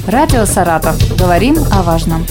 Радио «Саратов». Говорим о важном.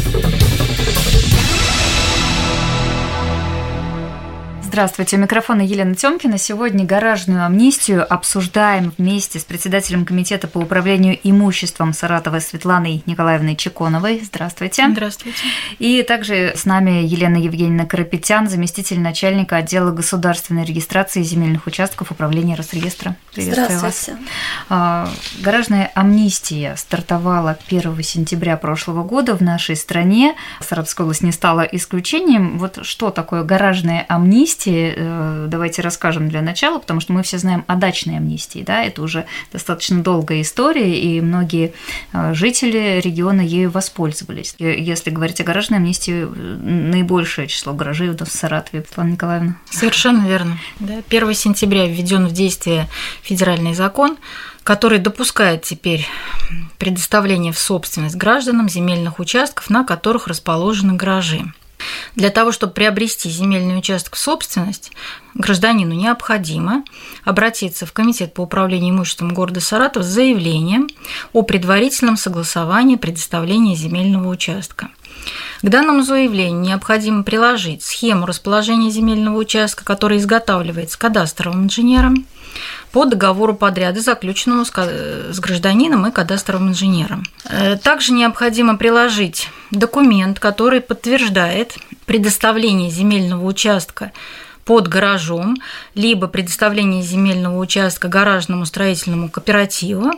Здравствуйте, у микрофона Елена Тёмкина. Сегодня гаражную амнистию обсуждаем вместе с председателем комитета по управлению имуществом Саратова Светланой Николаевной Чеконовой. Здравствуйте. Здравствуйте. И также с нами Елена Евгеньевна Карапетян, заместитель начальника отдела государственной регистрации земельных участков управления Росреестра. Приветствую вас. Гаражная амнистия стартовала 1 сентября прошлого года в нашей стране. Саратовская область не стала исключением. Вот что такое гаражная амнистия? Давайте расскажем для начала, потому что мы все знаем о дачной амнистии, да, это уже достаточно долгая история, и многие жители региона ею воспользовались. Если говорить о гаражной амнистии, наибольшее число гаражей у нас в Саратове. Светлана Николаевна. Совершенно верно. 1 сентября введен в действие федеральный закон, который допускает теперь предоставление в собственность гражданам земельных участков, на которых расположены гаражи. Для того, чтобы приобрести земельный участок в собственность, гражданину необходимо обратиться в Комитет по управлению имуществом города Саратов с заявлением о предварительном согласовании предоставления земельного участка. К данному заявлению необходимо приложить схему расположения земельного участка, которая изготавливается кадастровым инженером по договору подряда, заключенному с гражданином и кадастровым инженером. Также необходимо приложить документ, который подтверждает предоставление земельного участка под гаражом, либо предоставление земельного участка гаражному строительному кооперативу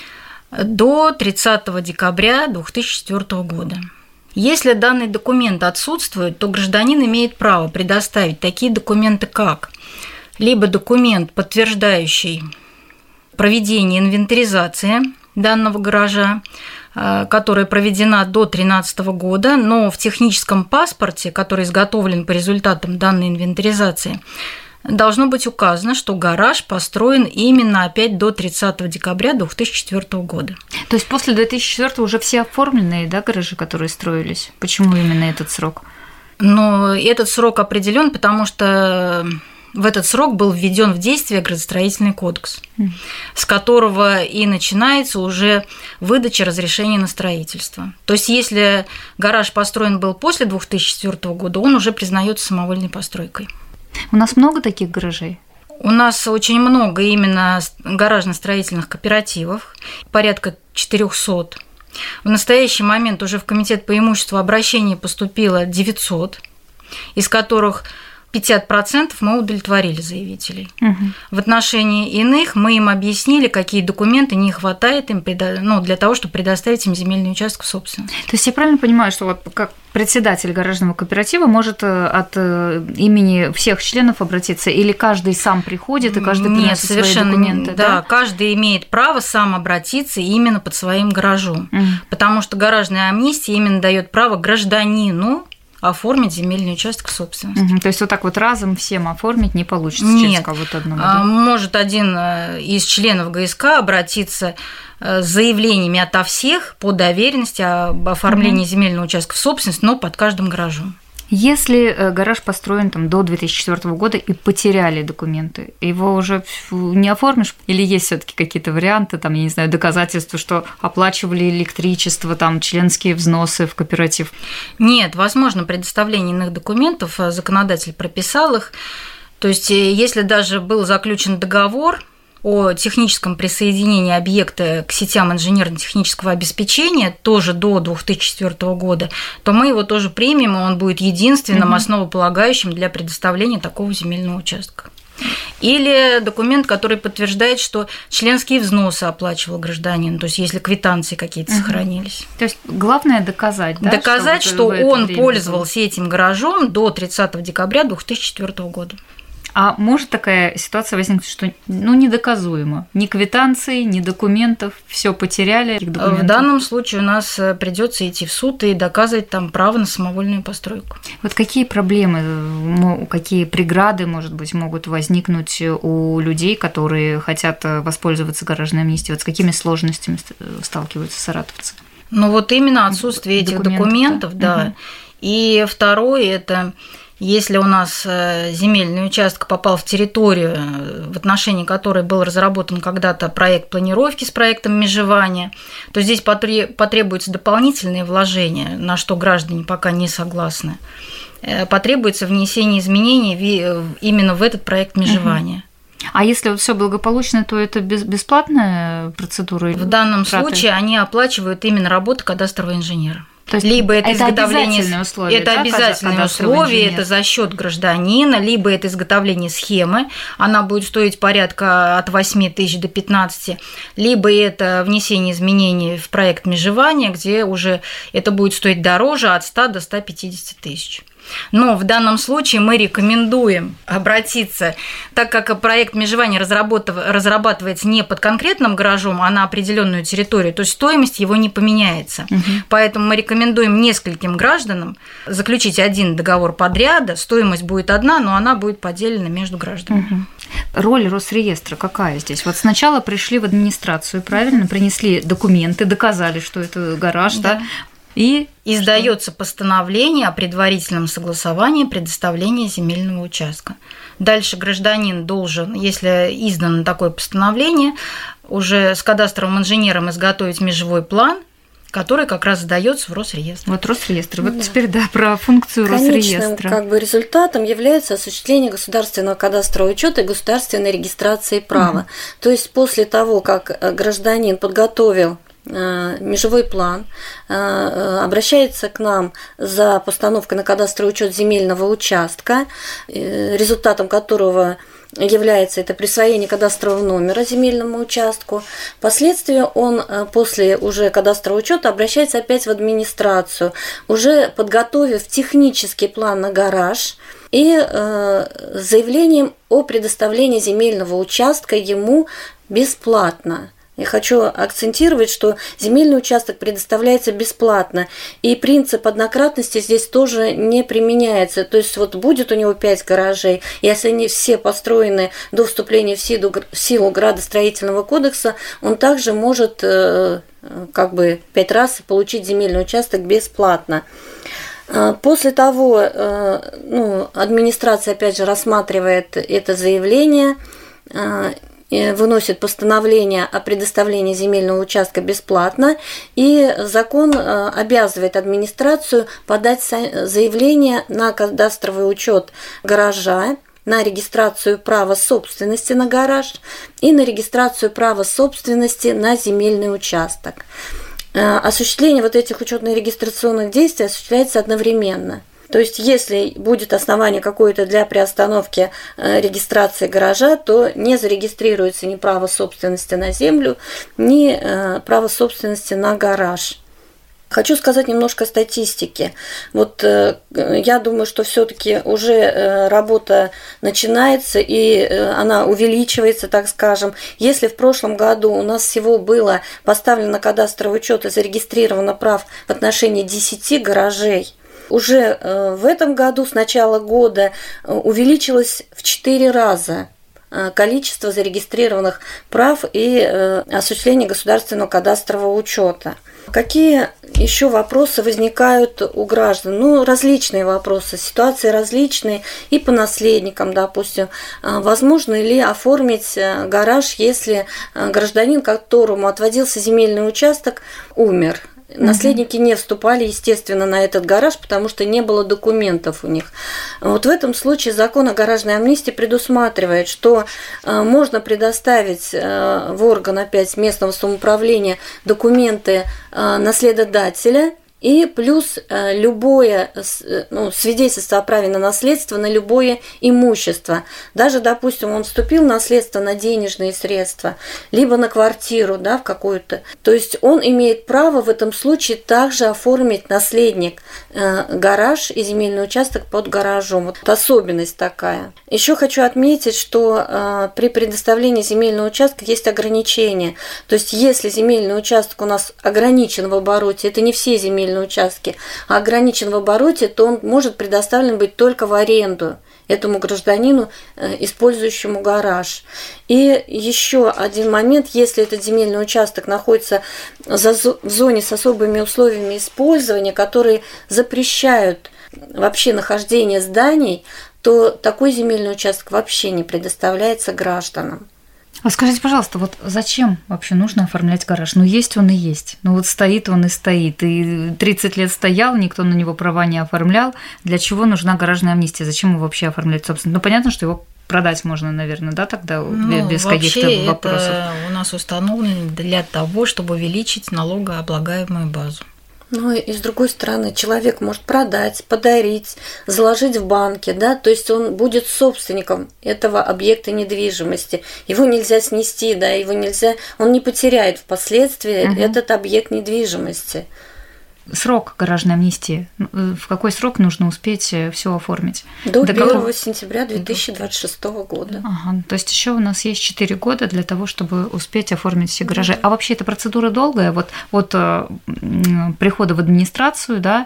до 30 декабря 2004 года. Если данный документ отсутствует, то гражданин имеет право предоставить такие документы, как либо документ, подтверждающий проведение инвентаризации данного гаража, которая проведена до 2013 года, но в техническом паспорте, который изготовлен по результатам данной инвентаризации, должно быть указано, что гараж построен именно опять до 30 декабря 2004 года. То есть после 2004 уже все оформленные, да, гаражи, которые строились? Почему именно этот срок? Но этот срок определен, потому что в этот срок был введен в действие градостроительный кодекс, с которого и начинается уже выдача разрешения на строительство. То есть, если гараж построен был после 2004 года, он уже признается самовольной постройкой. У нас много таких гаражей? У нас очень много именно гаражно-строительных кооперативов, порядка 400. В настоящий момент уже в Комитет по имуществу обращений поступило 900, из которых 50% мы удовлетворили заявителей. В отношении иных мы им объяснили, какие документы не хватает им для того, чтобы предоставить им земельный участок в собственность. То есть я правильно понимаю, что вот как председатель гаражного кооператива может от имени всех членов обратиться, или каждый сам приходит и каждый приносит свои документы? Да, каждый имеет право сам обратиться именно под своим гаражом, потому что гаражная амнистия именно дает право гражданину оформить земельный участок в собственность. То есть вот так вот разом всем оформить не получится? Нет. Через кого-то одного, да? Может один из членов ГСК обратиться с заявлениями ото всех по доверенности об оформлении земельного участка в собственность, но под каждым гаражом. Если гараж построен до 2004 года и потеряли документы, его уже не оформишь? Или есть все-таки какие-то варианты, я не знаю, доказательства, что оплачивали электричество, членские взносы в кооператив? Нет, возможно предоставление иных документов, законодатель прописал их. То есть, если даже был заключен договор о техническом присоединении объекта к сетям инженерно-технического обеспечения тоже до 2004 года, то мы его тоже примем, и он будет единственным основополагающим для предоставления такого земельного участка. Или документ, который подтверждает, что членские взносы оплачивал гражданин, то есть если квитанции какие-то сохранились. То есть главное доказать, да? Доказать, что он пользовался этим гаражом до 30 декабря 2004 года. А может такая ситуация возникнуть, что недоказуемо? Ни квитанций, ни документов, все потеряли? В данном случае у нас придется идти в суд и доказывать право на самовольную постройку. Вот какие проблемы, какие преграды, может быть, могут возникнуть у людей, которые хотят воспользоваться гаражной амнистией? Вот с какими сложностями сталкиваются саратовцы? Именно отсутствие этих документов, да. И второе – это Если у нас земельный участок попал в территорию, в отношении которой был разработан когда-то проект планировки с проектом межевания, то здесь потребуются дополнительные вложения, на что граждане пока не согласны. Потребуется внесение изменений именно в этот проект межевания. А если все благополучно, то это бесплатная процедура? В данном случае они оплачивают именно работу кадастрового инженера. То есть либо это изготовление, обязательное условие, это обязательное условие, это за счет гражданина, либо это изготовление схемы, она будет стоить порядка от 8 тысяч до 15, либо это внесение изменений в проект межевания, где уже это будет стоить дороже, от 100 до 150 тысяч. Но в данном случае мы рекомендуем обратиться, так как проект межевания разрабатывается не под конкретным гаражом, а на определенную территорию, то есть стоимость его не поменяется. Поэтому мы рекомендуем нескольким гражданам заключить один договор подряда, стоимость будет одна, но она будет поделена между гражданами. Роль Росреестра какая здесь? Вот сначала пришли в администрацию, правильно, принесли документы, доказали, что это гараж, да? И издается постановление о предварительном согласовании предоставления земельного участка. Дальше гражданин должен, если издано такое постановление, уже с кадастровым инженером изготовить межевой план, который как раз сдается в Росреестр. Вот Росреестр. Вот теперь, да, про функцию Росреестра. Конечным результатом является осуществление государственного кадастрового учета и государственной регистрации права. То есть после того, как гражданин подготовил межевой план, обращается к нам за постановкой на кадастровый учет земельного участка, результатом которого является это присвоение кадастрового номера земельному участку. Впоследствии он после уже кадастрового учета обращается опять в администрацию, уже подготовив технический план на гараж и заявлением о предоставлении земельного участка ему бесплатно. Я хочу акцентировать, что земельный участок предоставляется бесплатно, и принцип однократности здесь тоже не применяется. То есть вот будет у него 5 гаражей, если они все построены до вступления в силу Градостроительного кодекса, он также может 5 раз получить земельный участок бесплатно. После того, администрация опять же рассматривает это заявление, выносит постановление о предоставлении земельного участка бесплатно, и закон обязывает администрацию подать заявление на кадастровый учет гаража, на регистрацию права собственности на гараж и на регистрацию права собственности на земельный участок. Осуществление вот этих учетно-регистрационных действий осуществляется одновременно. То есть, если будет основание какое-то для приостановки регистрации гаража, то не зарегистрируется ни право собственности на землю, ни право собственности на гараж. Хочу сказать немножко статистики. Вот я думаю, что все-таки уже работа начинается, и она увеличивается, так скажем. Если в прошлом году у нас всего было поставлено на кадастровый учет и зарегистрировано прав в отношении 10 гаражей, уже в этом году с начала года увеличилось в 4 раза количество зарегистрированных прав и осуществление государственного кадастрового учета. Какие еще вопросы возникают у граждан? Различные вопросы, ситуации различные и по наследникам, допустим. Возможно ли оформить гараж, если гражданин, которому отводился земельный участок, умер? Наследники не вступали, естественно, на этот гараж, потому что не было документов у них. Вот в этом случае закон о гаражной амнистии предусматривает, что можно предоставить в орган опять местного самоуправления документы наследодателя и плюс любое свидетельство о праве на наследство на любое имущество. Даже, допустим, он вступил в наследство на денежные средства, либо на квартиру, в какую-то. То есть он имеет право в этом случае также оформить наследник гараж и земельный участок под гаражом. Вот особенность такая. Еще хочу отметить, что при предоставлении земельного участка есть ограничения. То есть если земельный участок у нас ограничен в обороте, это не все земельные участки, а ограничен в обороте, то он может предоставлен быть только в аренду этому гражданину, использующему гараж. И еще один момент, если этот земельный участок находится в зоне с особыми условиями использования, которые запрещают вообще нахождения зданий, то такой земельный участок вообще не предоставляется гражданам. А скажите, пожалуйста, вот зачем вообще нужно оформлять гараж? Ну, есть он и есть. Ну, вот стоит он и стоит. И 30 лет стоял, никто на него права не оформлял. Для чего нужна гаражная амнистия? Зачем его вообще оформлять, собственно? Ну, понятно, что его продать можно, наверное, да, тогда без каких-то вопросов. Это у нас установлено для того, чтобы увеличить налогооблагаемую базу. Ну и с другой стороны, человек может продать, подарить, заложить в банке, да, то есть он будет собственником этого объекта недвижимости. Его нельзя снести, да, он не потеряет впоследствии этот объект недвижимости. Срок гаражной амнистии. В какой срок нужно успеть все оформить? До 1 сентября 2026 года. Ага, то есть еще у нас есть 4 года для того, чтобы успеть оформить все гаражи. А вообще эта процедура долгая? Вот от прихода в администрацию, да,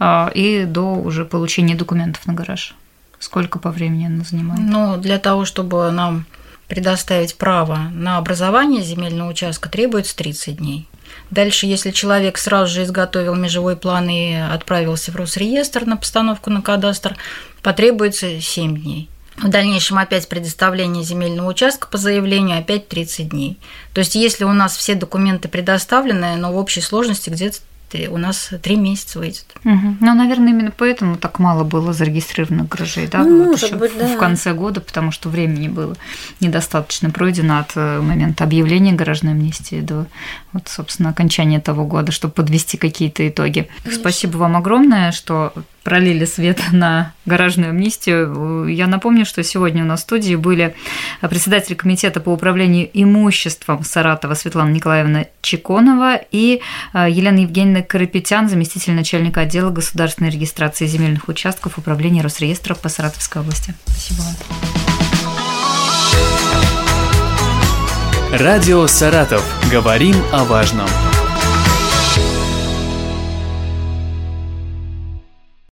и до уже получения документов на гараж. Сколько по времени она занимает? Ну, для того, чтобы нам предоставить право на образование земельного участка, требуется 30 дней. Дальше, если человек сразу же изготовил межевой план и отправился в Росреестр на постановку на кадастр, потребуется 7 дней. В дальнейшем опять предоставление земельного участка по заявлению, опять 30 дней. То есть, если у нас все документы предоставлены, но в общей сложности где-то у нас 3 месяца выйдет. Ну, наверное, именно поэтому так мало было зарегистрированных гаражей, да? Ну, может быть, да. В конце года, потому что времени было недостаточно пройдено от момента объявления гаражной амнистии до, вот, собственно, окончания того года, чтобы подвести какие-то итоги. Спасибо вам огромное, что пролили свет на гаражную амнистию. Я напомню, что сегодня у нас в студии были председатель комитета по управлению имуществом Саратова Светлана Николаевна Чеконова и Елена Евгеньевна Карапетян, заместитель начальника отдела государственной регистрации земельных участков управления Росреестра по Саратовской области. Спасибо вам. Радио «Саратов». Говорим о важном.